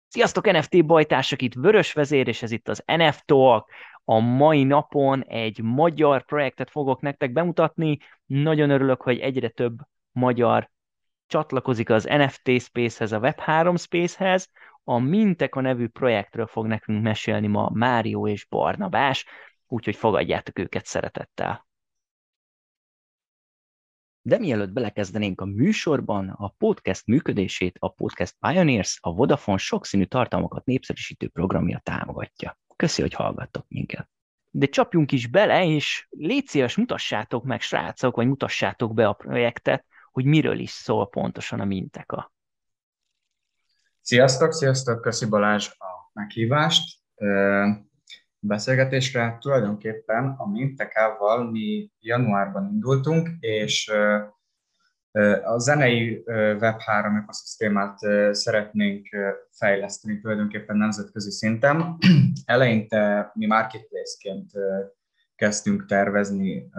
Sziasztok, NFT bajtársak, itt Vörös Vezér, és ez itt az NF Talk. A mai napon egy magyar projektet fogok nektek bemutatni. Nagyon örülök, hogy egyre több magyar csatlakozik az NFT Spacehez, a Web3 Spacehez. A Minteka nevű projektről fog nekünk mesélni ma Mário és Barnabás, úgyhogy fogadjátok őket szeretettel. De mielőtt belekezdenénk a műsorban, a podcast működését a Podcast Pioneers, a Vodafone sokszínű tartalmakat népszerűsítő programja támogatja. Köszi, hogy hallgattok minket. De csapjunk is bele, és légy szíves, mutassátok meg, srácok, vagy mutassátok be a projektet, hogy miről is szól pontosan a Minteka. Sziasztok, köszi Balázs a meghívást. Beszélgetésre tulajdonképpen a Mintekával mi januárban indultunk, és a zenei Web3 ökoszisztémát szeretnénk fejleszteni tulajdonképpen nemzetközi szinten. Eleinte mi marketplace-ként kezdtünk tervezni,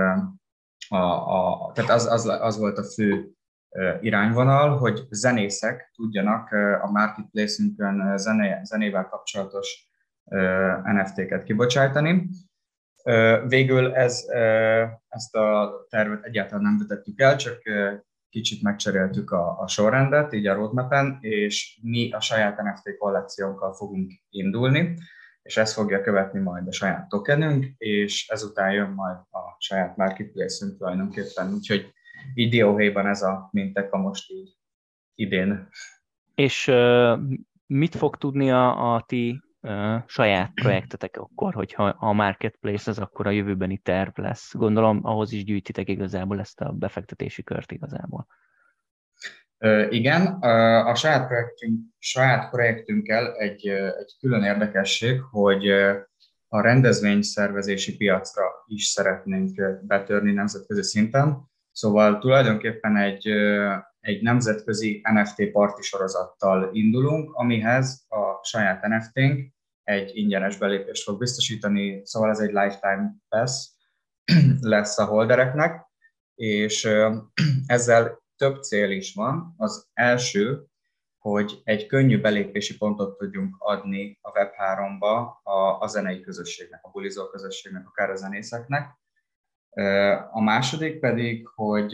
tehát az volt a fő irányvonal, hogy zenészek tudjanak a marketplace-ünkön zenével kapcsolatos NFT-ket kibocsátani. Végül ezt a tervet egyáltalán nem vetettük el, csak kicsit megcseréltük a sorrendet, így a roadmapen, és mi a saját NFT kollekciónkkal fogunk indulni, és ezt fogja követni majd a saját tokenünk, és ezután jön majd a saját marketplace-ünk tulajdonképpen, úgyhogy így dióhéjban ez a Minteka most így idén. És mit fog tudni a ti saját projektetek akkor, hogyha a marketplace az akkor a jövőbeni terv lesz? Gondolom, ahhoz is gyűjtitek igazából ezt a befektetési kört igazából. Igen, a saját projektünkkel egy külön érdekesség, hogy a rendezvényszervezési piacra is szeretnénk betörni nemzetközi szinten. Szóval tulajdonképpen egy nemzetközi NFT parti sorozattal indulunk, amihez a saját NFT-nk egy ingyenes belépést fog biztosítani, szóval ez egy lifetime pass lesz a holdereknek, és ezzel több cél is van. Az első, hogy egy könnyű belépési pontot tudjunk adni a Web3-ba a zenei közösségnek, a bulizó közösségnek, akár a zenészeknek. A második pedig,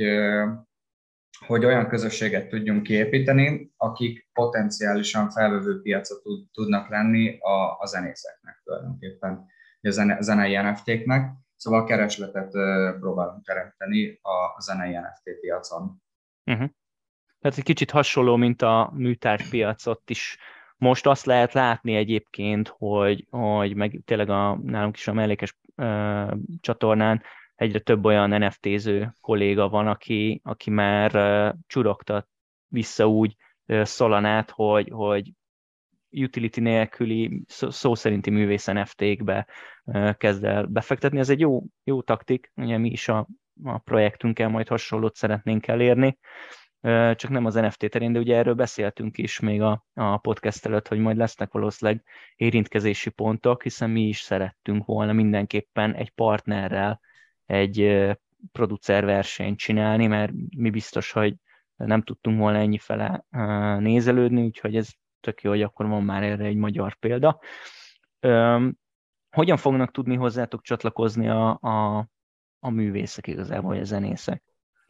hogy olyan közösséget tudjunk kiépíteni, akik potenciálisan felvevő piacot tudnak lenni a zenészeknek tulajdonképpen, a zenei NFT-knek. Szóval keresletet próbálunk teremteni a zenei NFT piacon. Uh-huh. Tehát egy kicsit hasonló, mint a műtárgypiac, ott is most azt lehet látni egyébként, hogy meg tényleg nálunk is a mellékes csatornán egyre több olyan NFT-ző kolléga van, aki már csurogtat vissza úgy Solanát, hogy utility nélküli, szó szerinti művész NFT-kbe kezd el befektetni. Ez egy jó taktik, ugye mi is a projektünkkel majd hasonlót szeretnénk elérni, csak nem az NFT terén, de ugye erről beszéltünk is még a podcast előtt, hogy majd lesznek valószínűleg érintkezési pontok, hiszen mi is szerettünk volna mindenképpen egy partnerrel egy producer versenyt csinálni, mert mi biztos, hogy nem tudtunk volna ennyi fele nézelődni, úgyhogy ez tök jó, hogy akkor van már erre egy magyar példa. Hogyan fognak tudni hozzátok csatlakozni a művészek igazából, vagy a zenészek?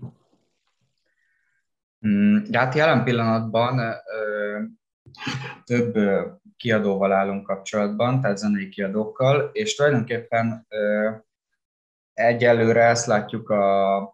De hát jelen pillanatban több kiadóval állunk kapcsolatban, tehát zenei kiadókkal, és tulajdonképpen egyelőre ezt látjuk a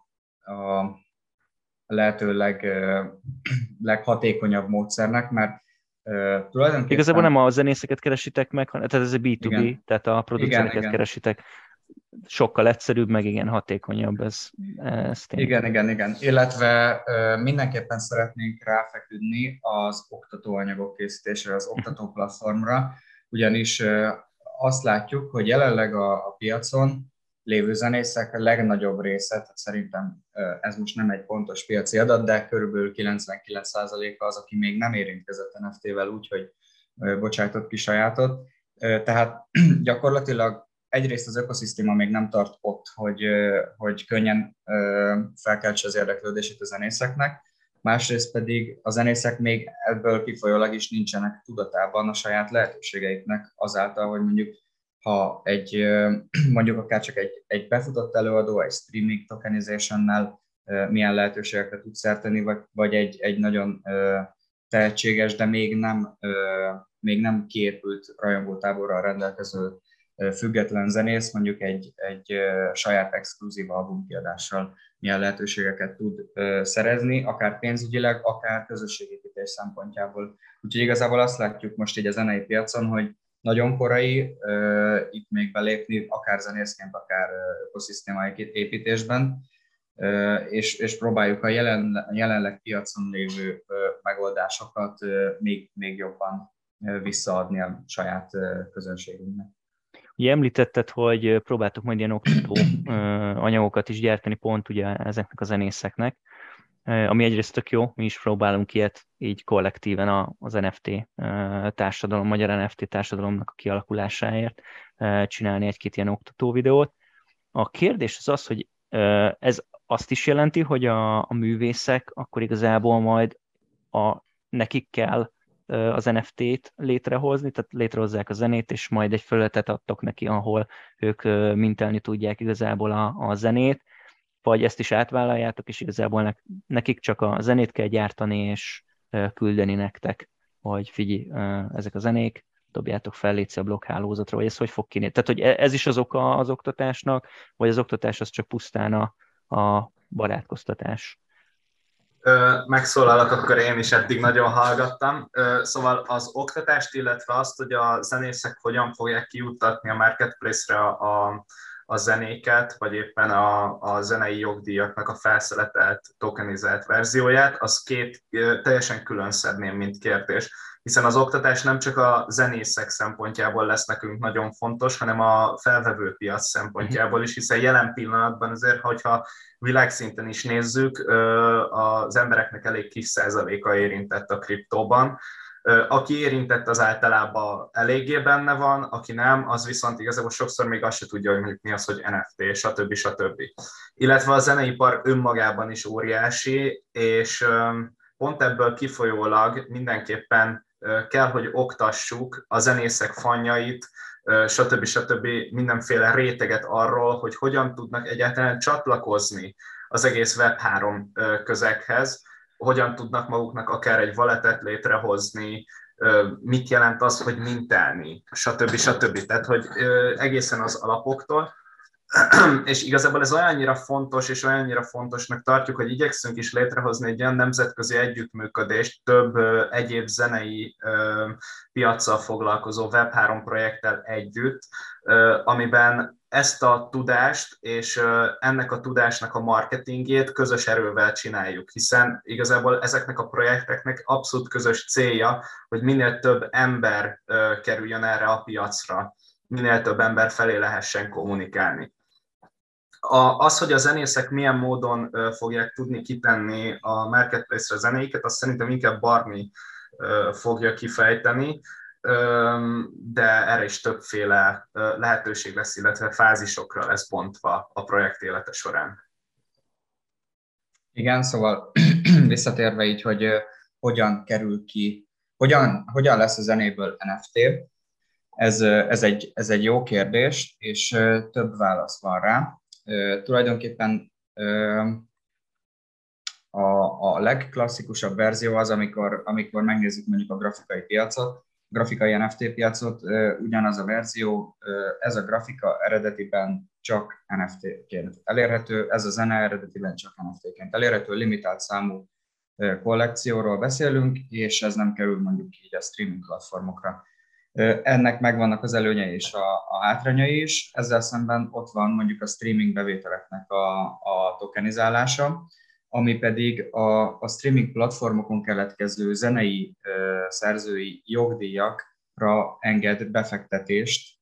lehető leghatékonyabb módszernek, mert tulajdonképpen... Igazából nem a zenészeket keresitek meg, tehát ez a B2B, igen, tehát a producereket keresitek. Sokkal egyszerűbb, meg igen hatékonyabb ez tény. Igen. Illetve mindenképpen szeretnénk ráfeküdni az oktatóanyagok készítésére, az oktatóplatformra, ugyanis azt látjuk, hogy jelenleg a piacon lévő zenészek a legnagyobb része, tehát szerintem ez most nem egy pontos piaci adat, de körülbelül 99%-a az, aki még nem érintkezett NFT-vel úgy, hogy bocsájtott ki sajátot. Tehát gyakorlatilag egyrészt az ökoszisztéma még nem tart ott, hogy könnyen felkeltse az érdeklődését a zenészeknek, másrészt pedig a zenészek még ebből kifolyólag is nincsenek tudatában a saját lehetőségeiknek azáltal, hogy mondjuk ha mondjuk akár csak egy befutott előadó, egy streaming tokenizationnel milyen lehetőségekre tud szert tenni, vagy egy nagyon tehetséges, de még nem kiépült rajongótáborral rendelkező független zenész, mondjuk egy saját exkluzív albumkiadással milyen lehetőségeket tud szerezni, akár pénzügyileg, akár közösségépítés szempontjából. Úgyhogy igazából azt látjuk most így a zenei piacon, hogy nagyon korai itt még belépni, akár zenészként, akár ökoszisztémai építésben, és próbáljuk a jelenleg piacon lévő megoldásokat még jobban visszaadni a saját közönségünknek. Ugye említetted, hogy próbáltok majd ilyen oktató anyagokat is gyártani pont ugye ezeknek a zenészeknek, ami egyrészt tök jó, mi is próbálunk ilyet így kollektíven az NFT társadalom, magyar NFT társadalomnak a kialakulásáért csinálni egy-két ilyen oktató videót. A kérdés az, hogy ez azt is jelenti, hogy a művészek akkor igazából majd nekik kell az NFT-t létrehozni, tehát létrehozzák a zenét, és majd egy felületet adtok neki, ahol ők mintelni tudják igazából a zenét, vagy ezt is átvállaljátok, és igazából nekik csak a zenét kell gyártani, és küldeni nektek, hogy figyelj, ezek a zenék, dobjátok fel, légy a blokkhálózatra, vagy ez hogy fog kinézni. Tehát, hogy ez is az oka az oktatásnak, vagy az oktatás az csak pusztán a barátkoztatás? Megszólalok, akkor én is eddig nagyon hallgattam. Szóval az oktatást, illetve azt, hogy a zenészek hogyan fogják kijuttatni a marketplace-re a zenéket, vagy éppen a zenei jogdíjaknak a felszeletelt, tokenizált verzióját, az két teljesen külön szedném, mint kérdés. Hiszen az oktatás nem csak a zenészek szempontjából lesz nekünk nagyon fontos, hanem a felvevő piac szempontjából is, hiszen jelen pillanatban azért, hogyha világszinten is nézzük, az embereknek elég kis százaléka érintett a kriptóban. Aki érintett, az általában eléggé benne van, aki nem, az viszont igazából sokszor még azt se tudja, hogy mondjuk mi az, hogy NFT, stb. Illetve a zeneipar önmagában is óriási, és pont ebből kifolyólag mindenképpen kell, hogy oktassuk a zenészek fanjait, stb. Mindenféle réteget arról, hogy hogyan tudnak egyáltalán csatlakozni az egész Web3 közeghez, hogyan tudnak maguknak akár egy walletet létrehozni, mit jelent az, hogy mintelni, stb. Tehát, hogy egészen az alapoktól. És igazából ez olyannyira fontos, és olyannyira fontosnak tartjuk, hogy igyekszünk is létrehozni egy olyan nemzetközi együttműködést több egyéb zenei piaccal foglalkozó Web3 projekttel együtt, amiben ezt a tudást és ennek a tudásnak a marketingjét közös erővel csináljuk, hiszen igazából ezeknek a projekteknek abszolút közös célja, hogy minél több ember kerüljön erre a piacra, minél több ember felé lehessen kommunikálni. Az, hogy a zenészek milyen módon fogják tudni kitenni a marketplace-re zenéiket, azt szerintem inkább Barni fogja kifejteni, de erre is többféle lehetőség lesz, illetve fázisokra lesz bontva a projekt élete során. Igen, szóval visszatérve így, hogy hogyan kerül ki, hogyan lesz a zenéből NFT, ez egy jó kérdés, és több válasz van rá. Tulajdonképpen a legklasszikusabb verzió az, amikor megnézzük mondjuk a grafikai piacot, grafikai NFT piacot, ugyanaz a verzió, ez a grafika eredetiben csak NFT-ként elérhető, ez a zene eredetiben csak NFT-ként elérhető, limitált számú kollekcióról beszélünk, és ez nem kerül mondjuk így a streaming platformokra. Ennek megvannak az előnyei és a hátrányai is, ezzel szemben ott van mondjuk a streaming bevételeknek a tokenizálása, ami pedig a streaming platformokon keletkező zenei szerzői jogdíjakra enged befektetést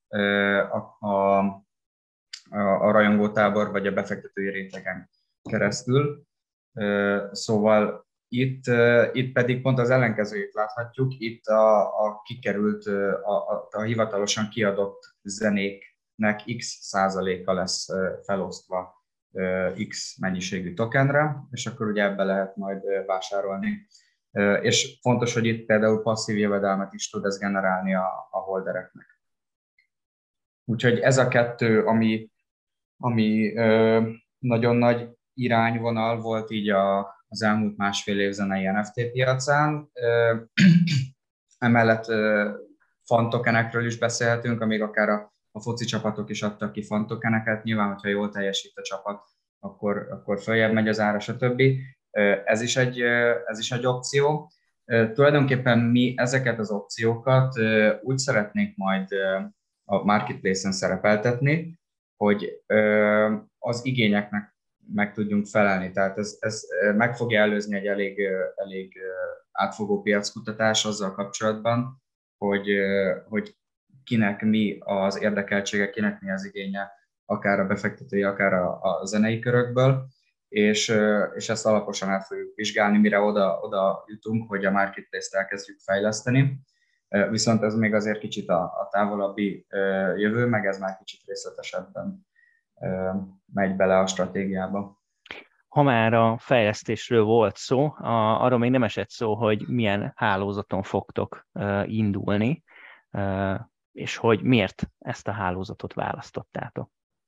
a rajongótábor vagy a befektetői rétegen keresztül. Szóval itt pedig pont az ellenkezőjét láthatjuk, itt a kikerült, a hivatalosan kiadott zenéknek x százaléka lesz felosztva X mennyiségű tokenre, és akkor ugye ebbe lehet majd vásárolni. És fontos, hogy itt például passzív jövedelmet is tud ez generálni a holdereknek. Úgyhogy ez a kettő, ami nagyon nagy irányvonal volt így az elmúlt másfél év zenei NFT piacán. Emellett fantokenekről is beszélhetünk, amíg akár a foci csapatok is adtak ki fantokeneket. Nyilván, hogyha jól teljesít a csapat, akkor följebb megy az ára, stb. Ez is egy opció. Tulajdonképpen mi ezeket az opciókat úgy szeretnénk majd a marketplace-en szerepeltetni, hogy az igényeknek meg tudjunk felelni. Tehát ez meg fogja előzni egy elég átfogó piackutatás azzal kapcsolatban, hogy kinek mi az érdekeltsége, kinek mi az igénye, akár a befektetői, akár a zenei körökből, és ezt alaposan el fogjuk vizsgálni, mire oda jutunk, hogy a marketplace-t elkezdjük fejleszteni. Viszont ez még azért kicsit a távolabbi jövő, meg ez már kicsit részletesebben megy bele a stratégiába. Ha már a fejlesztésről volt szó, arról még nem esett szó, hogy milyen hálózaton fogtok indulni, és hogy miért ezt a hálózatot választottátok.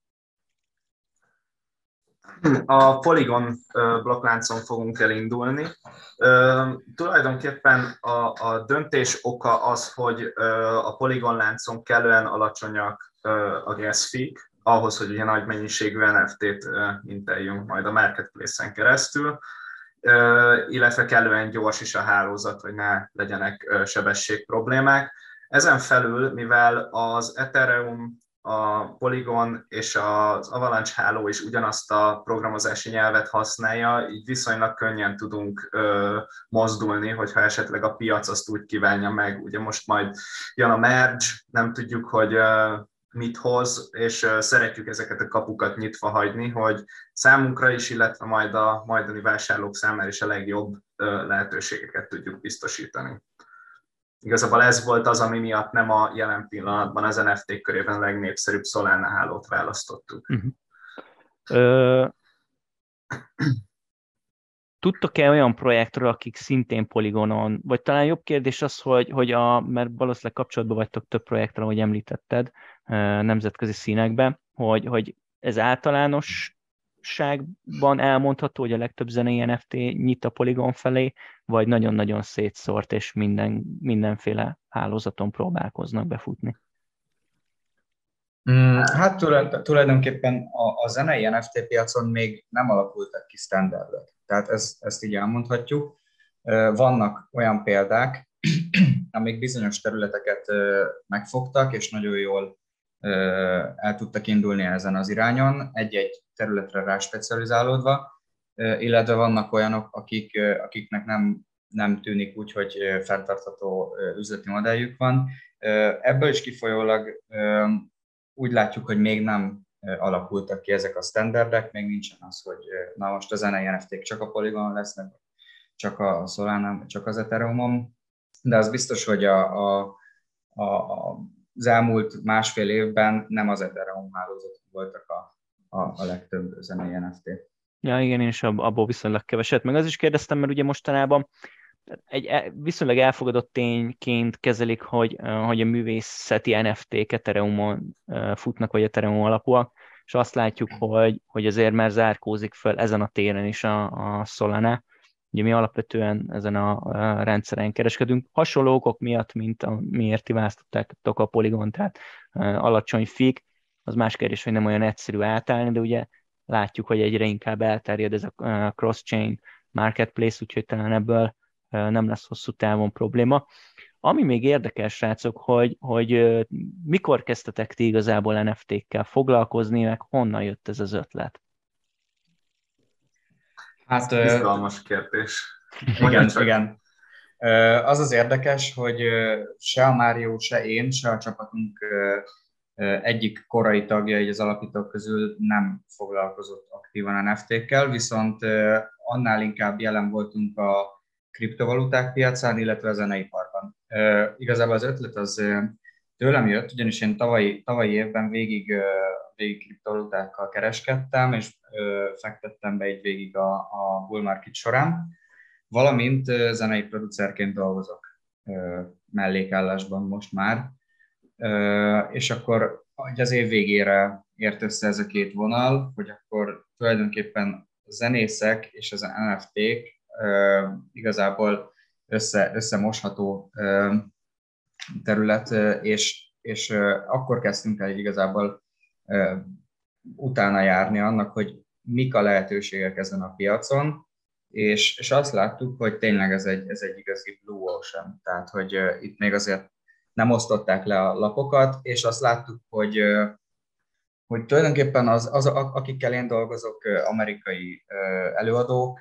A Polygon blokkláncon fogunk elindulni. Tulajdonképpen a döntés oka az, hogy a Polygon láncon kellően alacsonyak a gas fee-k, ahhoz, hogy ugye nagy mennyiségű NFT-t minteljünk majd a marketplace-en keresztül, illetve kellően gyors is a hálózat, hogy ne legyenek sebesség problémák. Ezen felül, mivel az Ethereum, a Polygon és az Avalanche háló is ugyanazt a programozási nyelvet használja, így viszonylag könnyen tudunk mozdulni, hogyha esetleg a piac azt úgy kívánja meg. Ugye most majd jön a merge, nem tudjuk, hogy mit hoz, és szeretjük ezeket a kapukat nyitva hagyni, hogy számunkra is, illetve majd a majdani vásárlók számára is a legjobb lehetőségeket tudjuk biztosítani. Igazából ez volt az, ami miatt nem a jelen pillanatban az NFT körében a legnépszerűbb Solana hálót választottuk. Tudtok-e olyan projektről, akik szintén Polygonon, vagy talán jobb kérdés az, mert valószínűleg kapcsolatban vagytok több projektről, ahogy említetted, nemzetközi színekben, hogy ez általánosságban elmondható, hogy a legtöbb zenei NFT nyit a Polygon felé, vagy nagyon-nagyon szétszórt, és mindenféle hálózaton próbálkoznak befutni? Hát tulajdonképpen a zenei NFT piacon még nem alakultak ki standardok. Tehát ezt így elmondhatjuk. Vannak olyan példák, amik bizonyos területeket megfogtak, és nagyon jól el tudtak indulni ezen az irányon, egy-egy területre ráspecializálódva, illetve vannak olyanok, akiknek nem tűnik úgy, hogy fenntartható üzleti modelljük van. Ebből is kifolyólag úgy látjuk, hogy még nem alakultak ki ezek a standardek, még nincsen az, hogy na most a zenei NFT-k csak a Polygon lesznek, csak a Solana, csak az Ethereumon, de az biztos, hogy az elmúlt másfél évben nem az Ethereum hálózatok voltak a legtöbb zenei NFT. Ja, igen, én is abból viszonylag keveset. Meg az is kérdeztem, mert ugye mostanában egy viszonylag elfogadott tényként kezelik, hogy a művészeti NFT-k Ethereumon futnak, vagy Ethereum alapúak, és azt látjuk, hogy azért már zárkózik fel ezen a téren is a Solana. Ugye mi alapvetően ezen a rendszeren kereskedünk. Hasonló okok miatt, mint miért ti választottátok a Polygon, tehát alacsony fee, az más kérdés, hogy nem olyan egyszerű átállni, de ugye látjuk, hogy egyre inkább elterjed ez a cross-chain marketplace, úgyhogy talán ebből nem lesz hosszú távon probléma. Ami még érdekes, srácok, hogy mikor kezdtetek ti igazából NFT-kkel foglalkozni, meg honnan jött ez az ötlet? Hát, izgalmas kérdés. Igen. Az az érdekes, hogy se a Mário, se én, se a csapatunk egyik korai tagja így az alapítók közül nem foglalkozott aktívan NFT-kkel, viszont annál inkább jelen voltunk a kriptovaluták piacán, illetve a zeneiparban. Igazából az ötlet az tőlem jött, ugyanis én tavalyi évben végig végig kriptovalutákkal kereskedtem, és fektettem be így végig a bull market során, valamint zenei producerként dolgozok mellékállásban most már, és akkor az év végére ért össze ez a két vonal, hogy akkor tulajdonképpen a zenészek és az NFT-k igazából összemosható terület, és akkor kezdtünk el igazából utána járni annak, hogy mik a lehetőségek ezen a piacon, és azt láttuk, hogy tényleg ez egy igazi blue ocean, tehát hogy itt még azért nem osztották le a lapokat, és azt láttuk, hogy tulajdonképpen akikkel én dolgozok, amerikai előadók,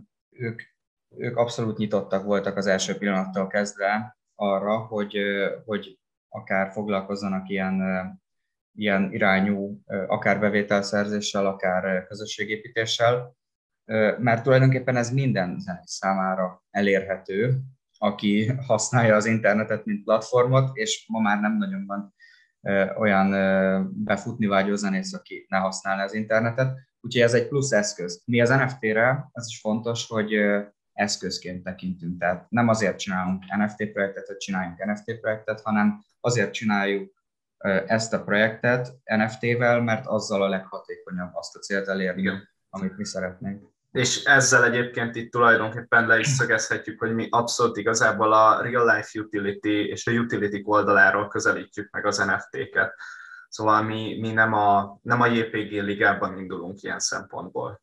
ők abszolút nyitottak voltak az első pillanattól kezdve arra, hogy akár foglalkozzanak ilyen irányú, akár bevételszerzéssel, akár közösségépítéssel, mert tulajdonképpen ez minden zenész számára elérhető, aki használja az internetet, mint platformot, és ma már nem nagyon van olyan befutni vágyó zenész, aki ne használna az internetet. Úgyhogy ez egy plusz eszköz. Mi az NFT-re, ez is fontos, hogy eszközként tekintünk. Tehát nem azért csinálunk NFT projektet, hogy csináljunk NFT projektet, hanem azért csináljuk ezt a projektet NFT-vel, mert azzal a leghatékonyabb azt a célt elérni, amit mi szeretnénk. És ezzel egyébként itt tulajdonképpen le is szögezhetjük, hogy mi abszolút igazából a real life utility és a utility oldaláról közelítjük meg az NFT-ket. Szóval mi nem a JPG ligában indulunk ilyen szempontból.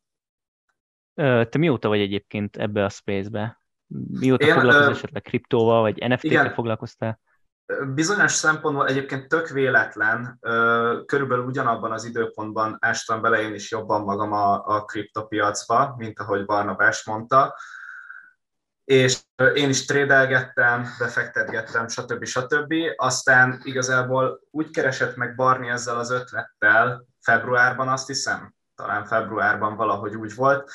Te mióta vagy egyébként ebbe a space-be? Mióta foglalkozol esetleg kriptóval, vagy NFT-kkel foglalkoztál? Bizonyos szempontból egyébként tök véletlen, körülbelül ugyanabban az időpontban ástam bele én is jobban magam a kriptopiacba, mint ahogy Barnabás mondta, és én is trédelgettem, befektetgettem, stb. Aztán igazából úgy keresett meg Barni ezzel az ötlettel, februárban azt hiszem, talán februárban valahogy úgy volt,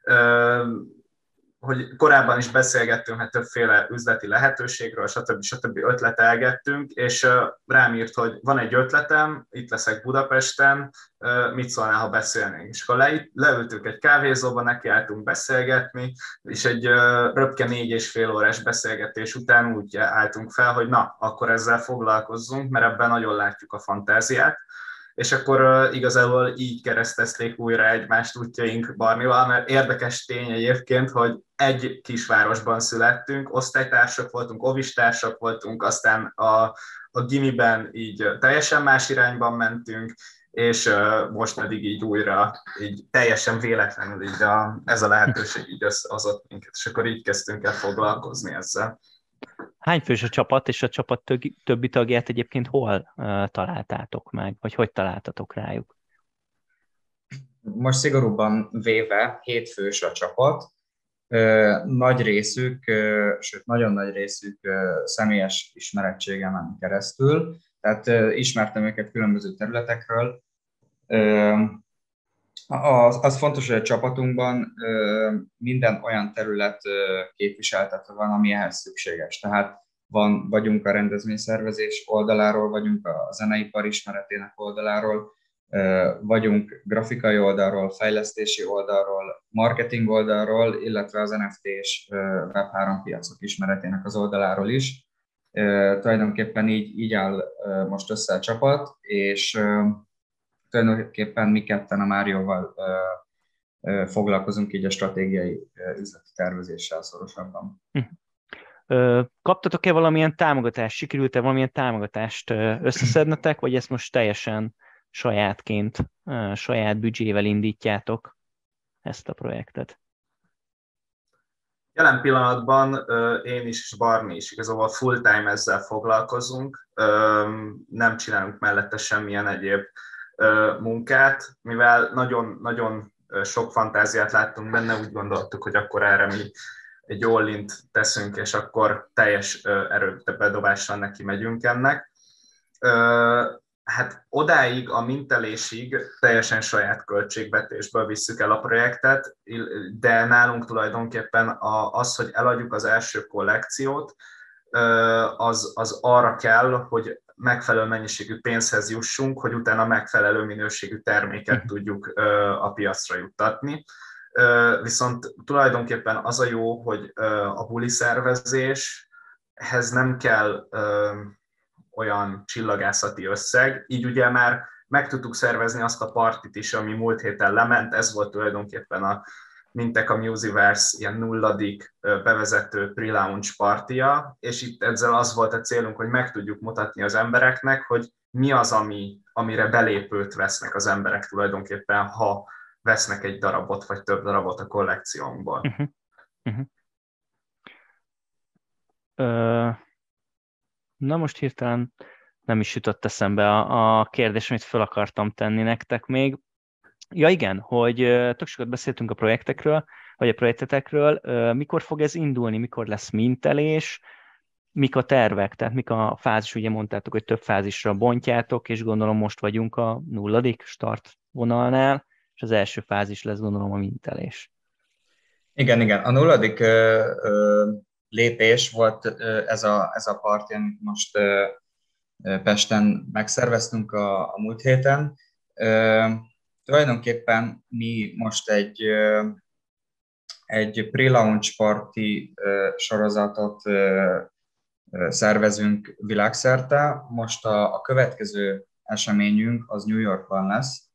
hogy korábban is beszélgettünk, hát többféle üzleti lehetőségről, stb. Ötletelgettünk, és rám írt, hogy van egy ötletem, itt leszek Budapesten, mit szólnál, ha beszélnénk. És akkor leültünk egy kávézóba, nekiálltunk beszélgetni, és egy röpke 4,5 órás beszélgetés után úgy álltunk fel, hogy na, akkor ezzel foglalkozzunk, mert ebben nagyon látjuk a fantáziát. És akkor igazából így keresztezték újra egymást útjaink Barnival, mert érdekes tény egyébként, hogy egy kisvárosban születtünk, osztálytársak voltunk, ovistársak voltunk, aztán a gimiben így teljesen más irányban mentünk, és most pedig így újra, így teljesen véletlenül így ez a lehetőség így összehozott minket, és akkor így kezdtünk el foglalkozni ezzel. Hány fős a csapat, és a csapat többi tagját egyébként hol találtátok meg, vagy hogy találtatok rájuk? Most szigorúban véve 7 fős a csapat, nagy részük, sőt nagyon nagy részük személyes ismerettségemen keresztül, tehát ismertem őket különböző területekről. Az fontos, hogy a csapatunkban minden olyan terület képviseltetve van, ami ehhez szükséges. Tehát vagyunk a rendezvényszervezés oldaláról, vagyunk a zeneipar ismeretének oldaláról, vagyunk grafikai oldalról, fejlesztési oldalról, marketing oldalról, illetve az NFT és Web3 piacok ismeretének az oldaláról is. Tulajdonképpen így áll most össze a csapat, és tulajdonképpen mi ketten a Márióval foglalkozunk így a stratégiai üzleti tervezéssel szorosabban. Kaptatok-e valamilyen támogatást? Sikerült-e valamilyen támogatást összeszednetek, vagy ezt most teljesen sajátként, saját büdzsével indítjátok ezt a projektet? Jelen pillanatban én is és Barni is igazából full-time ezzel foglalkozunk, nem csinálunk mellette semmilyen egyéb munkát, mivel nagyon sok fantáziát láttunk benne, úgy gondoltuk, hogy akkor erre mi egy all-int teszünk, és akkor teljes erőbedobással neki megyünk ennek. Hát odáig, a mintelésig teljesen saját költségvetésből visszük el a projektet, de nálunk tulajdonképpen az, hogy eladjuk az első kollekciót, az arra kell, hogy megfelelő mennyiségű pénzhez jussunk, hogy utána megfelelő minőségű terméket tudjuk a piacra juttatni. Viszont tulajdonképpen az a jó, hogy a buli szervezéshez nem kell olyan csillagászati összeg, így ugye már meg tudtuk szervezni azt a partit is, ami múlt héten lement, ez volt tulajdonképpen a Mintek a Musiverse ilyen 0. bevezető pre-launch partija, és itt ezzel az volt a célunk, hogy meg tudjuk mutatni az embereknek, hogy mi az, amire belépőt vesznek az emberek tulajdonképpen, ha vesznek egy darabot, vagy több darabot a kollekciónkból. Na most hirtelen nem is jutott eszembe a kérdés, amit fel akartam tenni nektek még. Ja igen, hogy tök sokat beszéltünk a projektekről, vagy a projektetekről. Mikor fog ez indulni, mikor lesz mintelés, mik a tervek, tehát mik a fázis, ugye mondtátok, hogy több fázisra bontjátok, és gondolom most vagyunk a 0. startvonalnál, és az első fázis lesz gondolom a mintelés. Igen. A 0. Lépés volt ez a parti, amit most Pesten megszerveztünk a múlt héten. Tulajdonképpen mi most egy pre-launch party sorozatot szervezünk világszerte. Most a következő eseményünk az New Yorkban lesz,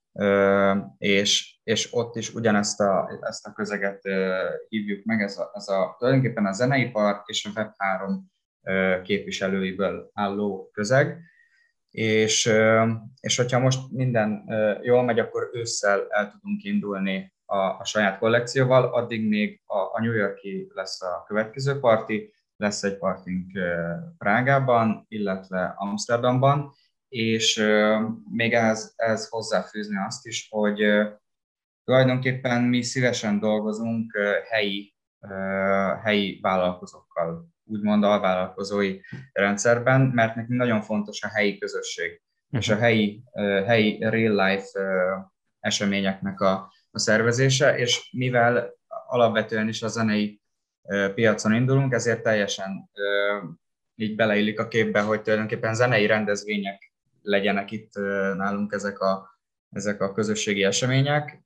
és ott is ugyanezt a közeget hívjuk meg, ez tulajdonképpen a zeneipar és a Web3 képviselőiből álló közeg, és hogyha most minden jól megy, akkor ősszel el tudunk indulni a saját kollekcióval, addig még a New York-i lesz a következő parti, lesz egy partink Prágában, illetve Amsterdamban, és még ehhez hozzáfűzni azt is, hogy tulajdonképpen mi szívesen dolgozunk helyi vállalkozókkal, úgymond alvállalkozói rendszerben, mert nekünk nagyon fontos a helyi közösség, és a helyi real-life eseményeknek a szervezése, és mivel alapvetően is a zenei piacon indulunk, ezért teljesen így beleillik a képbe, hogy tulajdonképpen zenei rendezvények legyenek itt nálunk ezek a közösségi események.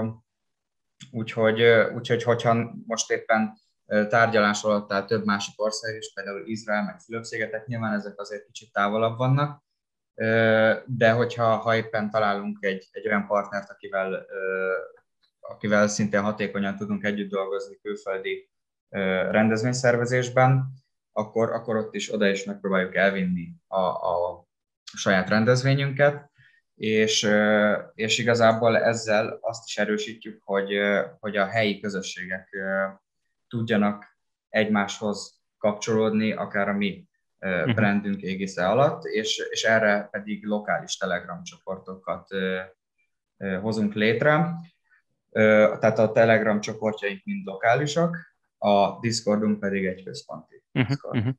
Úgyhogy hogyha most éppen tárgyalás alatt áll több másik ország is, például Izrael, meg Fülöp-szigetek, nyilván ezek azért kicsit távolabb vannak, de ha éppen találunk egy olyan partnert, akivel szintén hatékonyan tudunk együtt dolgozni külföldi rendezvényszervezésben, akkor ott is oda is megpróbáljuk elvinni a saját rendezvényünket, és igazából ezzel azt is erősítjük, hogy a helyi közösségek tudjanak egymáshoz kapcsolódni, akár a mi brandünk égisze alatt, és erre pedig lokális Telegram csoportokat hozunk létre. Tehát a Telegram csoportjaink mind lokálisak, a Discordunk pedig egy központi Discord.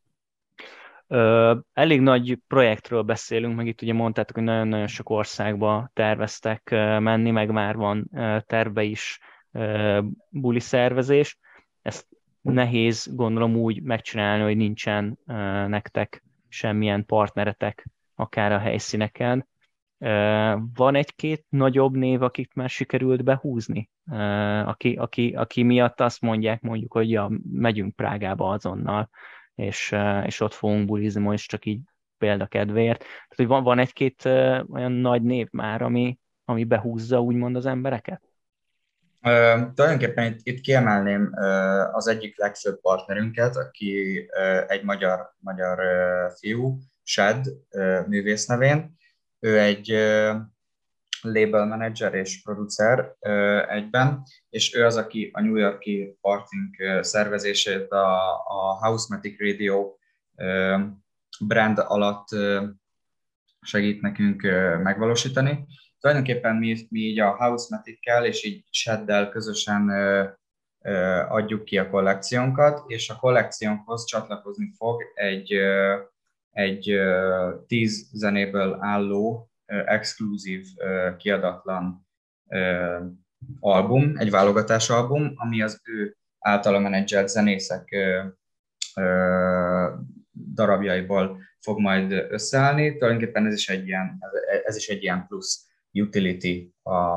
Elég nagy projektről beszélünk, meg itt ugye mondtátok, hogy nagyon-nagyon sok országba terveztek menni, meg már van terve is buli szervezés. Ezt nehéz, gondolom úgy megcsinálni, hogy nincsen nektek semmilyen partneretek, akár a helyszíneken. Van egy-két nagyobb név, akit már sikerült behúzni, aki miatt azt mondják, mondjuk, hogy ja, megyünk Prágába azonnal, és ott fogunk bulizni, most csak így példakedvéért. Tehát, hogy van egy-két olyan nagy név már, ami behúzza úgymond az embereket? Tulajdonképpen itt kiemelném az egyik legfőbb partnerünket, aki egy magyar fiú, Shad művész nevén. Ő egy label manager és producer egyben, és ő az, aki a New York-i partink szervezését a Housematic Radio brand alatt segít nekünk megvalósítani. Tulajdonképpen mi így a Housematic-kel és így Shaddel közösen adjuk ki a kollekciónkat, és a kollekciónkhoz csatlakozni fog egy 10 zenéből álló exkluzív, kiadatlan album, egy válogatás album, ami az ő általa menedzselt zenészek darabjaiból fog majd összeállni. Tulajdonképpen ez is egy ilyen plusz utility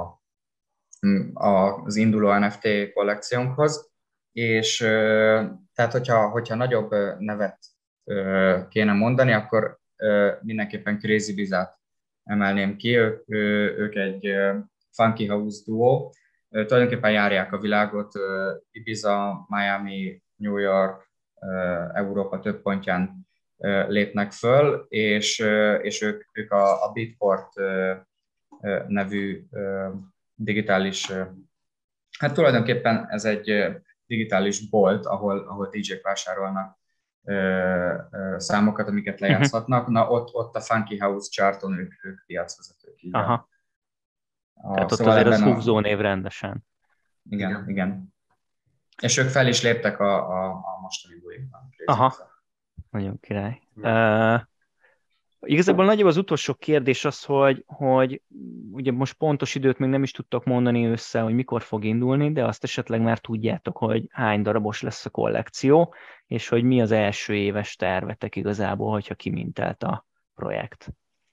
az induló NFT kollekciónkhoz, és tehát hogyha nagyobb nevet kéne mondani, akkor mindenképpen Crazy Bizát emelném ki. Ők egy funky house duo, tulajdonképpen járják a világot, Ibiza, Miami, New York, Európa több pontján lépnek föl, és ők a Beatport nevű digitális, hát tulajdonképpen ez egy digitális bolt, ahol DJ-k vásárolnak számokat, amiket lejátszhatnak. Na ott a Funky House charton ők piacvezetők. Aha. Tehát ott szóval azért az húzó név rendesen. Igen. És ők fel is léptek a mostani bulikban. Aha, nagyon király. Igazából nagyobb az utolsó kérdés az, hogy ugye most pontos időt még nem is tudtak mondani össze, hogy mikor fog indulni, de azt esetleg már tudjátok, hogy hány darabos lesz a kollekció, és hogy mi az első éves tervetek igazából, hogyha kimintelt a projekt.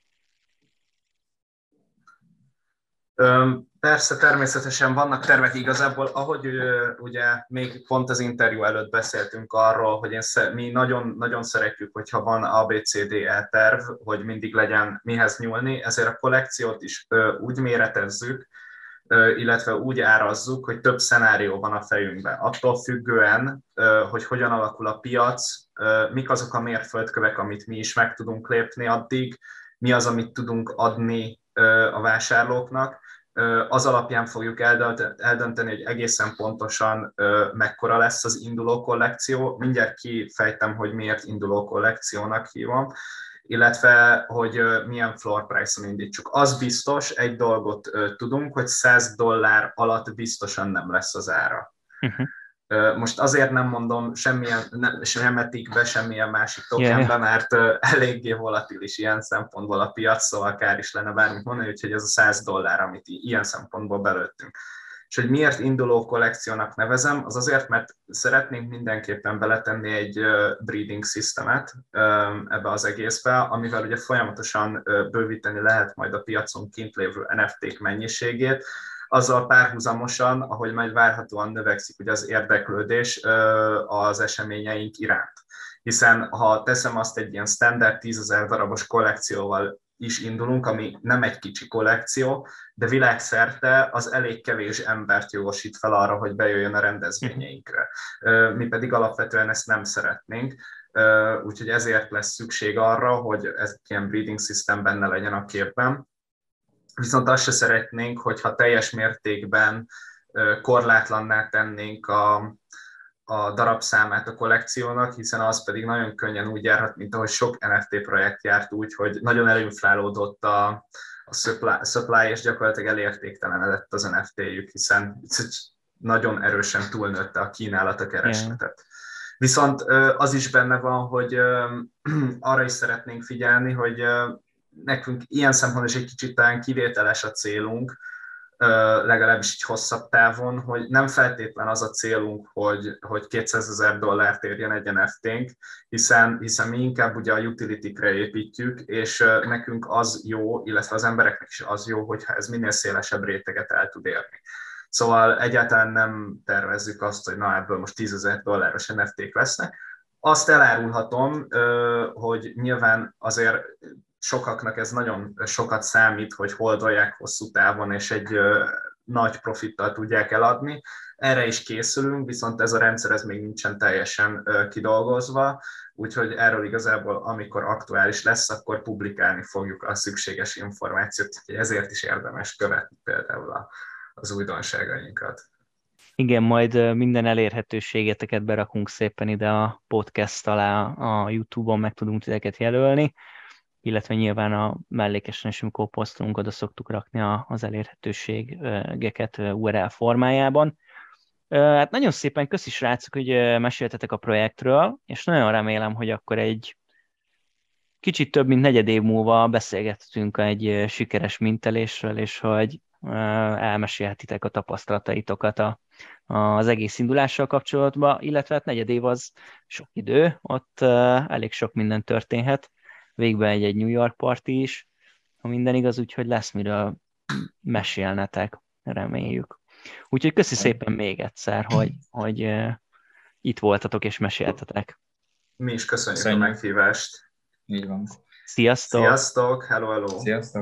Persze, természetesen vannak tervek igazából, ahogy ugye még pont az interjú előtt beszéltünk arról, hogy mi nagyon, nagyon szeretjük, hogyha van ABCDE terv, hogy mindig legyen mihez nyúlni, ezért a kollekciót is úgy méretezzük, illetve úgy árazzuk, hogy több szenárió van a fejünkben. Attól függően, hogy hogyan alakul a piac, mik azok a mérföldkövek, amit mi is meg tudunk lépni addig, mi az, amit tudunk adni a vásárlóknak, az alapján fogjuk eldönteni, hogy egészen pontosan mekkora lesz az induló kollekció. Mindjárt kifejtem, hogy miért induló kollekciónak hívom, illetve hogy milyen floor price-on indítsuk. Az biztos, egy dolgot tudunk, hogy $100 alatt biztosan nem lesz az ára. Uh-huh. Most azért nem mondom sem etikbe, semmilyen másik tokenbe, mert eléggé volatilis ilyen szempontból a piac, szóval kár is lenne bármit mondani, úgyhogy ez a $100, amit ilyen szempontból belőttünk. És hogy miért induló kollekciónak nevezem, az azért, mert szeretnénk mindenképpen beletenni egy breeding systemet ebbe az egészbe, amivel ugye folyamatosan bővíteni lehet majd a piacon kint lévő NFT-k mennyiségét, azzal párhuzamosan, ahogy majd várhatóan növekszik ugye az érdeklődés az eseményeink iránt. Hiszen ha teszem azt, egy ilyen standard 10,000 darabos kollekcióval is indulunk, ami nem egy kicsi kollekció, de világszerte az elég kevés embert jogosít fel arra, hogy bejöjjön a rendezvényeinkre. Mi pedig alapvetően ezt nem szeretnénk, úgyhogy ezért lesz szükség arra, hogy ez ilyen breeding system benne legyen a képben. Viszont azt se szeretnénk, hogyha teljes mértékben korlátlanná tennénk a darabszámát a kollekciónak, hiszen az pedig nagyon könnyen úgy járhat, mint ahogy sok NFT projekt járt úgy, hogy nagyon elinflálódott a supply, és gyakorlatilag elértéktelenedett az NFT-jük, hiszen nagyon erősen túlnőtte a kínálat a keresletet. Viszont az is benne van, hogy arra is szeretnénk figyelni, hogy nekünk ilyen szempontból is egy kicsit talán kivételes a célunk, legalábbis így hosszabb távon, hogy nem feltétlen az a célunk, hogy $200,000 érjen egy NFT-nk, hiszen mi inkább ugye a utility-kre építjük, és nekünk az jó, illetve az embereknek is az jó, hogyha ez minél szélesebb réteget el tud érni. Szóval egyáltalán nem tervezzük azt, hogy na ebből most $10,000 NFT-k lesznek. Azt elárulhatom, hogy nyilván azért sokaknak ez nagyon sokat számít, hogy holdolják hosszú távon, és egy nagy profittal tudják eladni. Erre is készülünk, viszont ez a rendszer ez még nincsen teljesen kidolgozva, úgyhogy erről igazából, amikor aktuális lesz, akkor publikálni fogjuk a szükséges információt, ezért is érdemes követni például az újdonságainkat. Igen, majd minden elérhetőségeteket berakunk szépen ide a podcast alá, a YouTube-on meg tudunk titeket jelölni, illetve nyilván a mellékesen is, amikor posztolunk, oda szoktuk rakni az elérhetőségeket URL formájában. Hát nagyon szépen köszi srácok, hogy meséltetek a projektről, és nagyon remélem, hogy akkor egy kicsit több mint negyed év múlva beszélgetünk egy sikeres mintelésről, és hogy elmesélhetitek a tapasztalataitokat az egész indulással kapcsolatban, illetve hát negyed év az sok idő, ott elég sok minden történhet, végben egy New York party is, ha minden igaz, úgyhogy lesz miről mesélnetek, reméljük. Úgyhogy köszi szépen még egyszer, hogy itt voltatok és meséltetek. Mi is köszönjük a meghívást. Így van. Sziasztok! Sziasztok! Hello, hello! Sziasztok!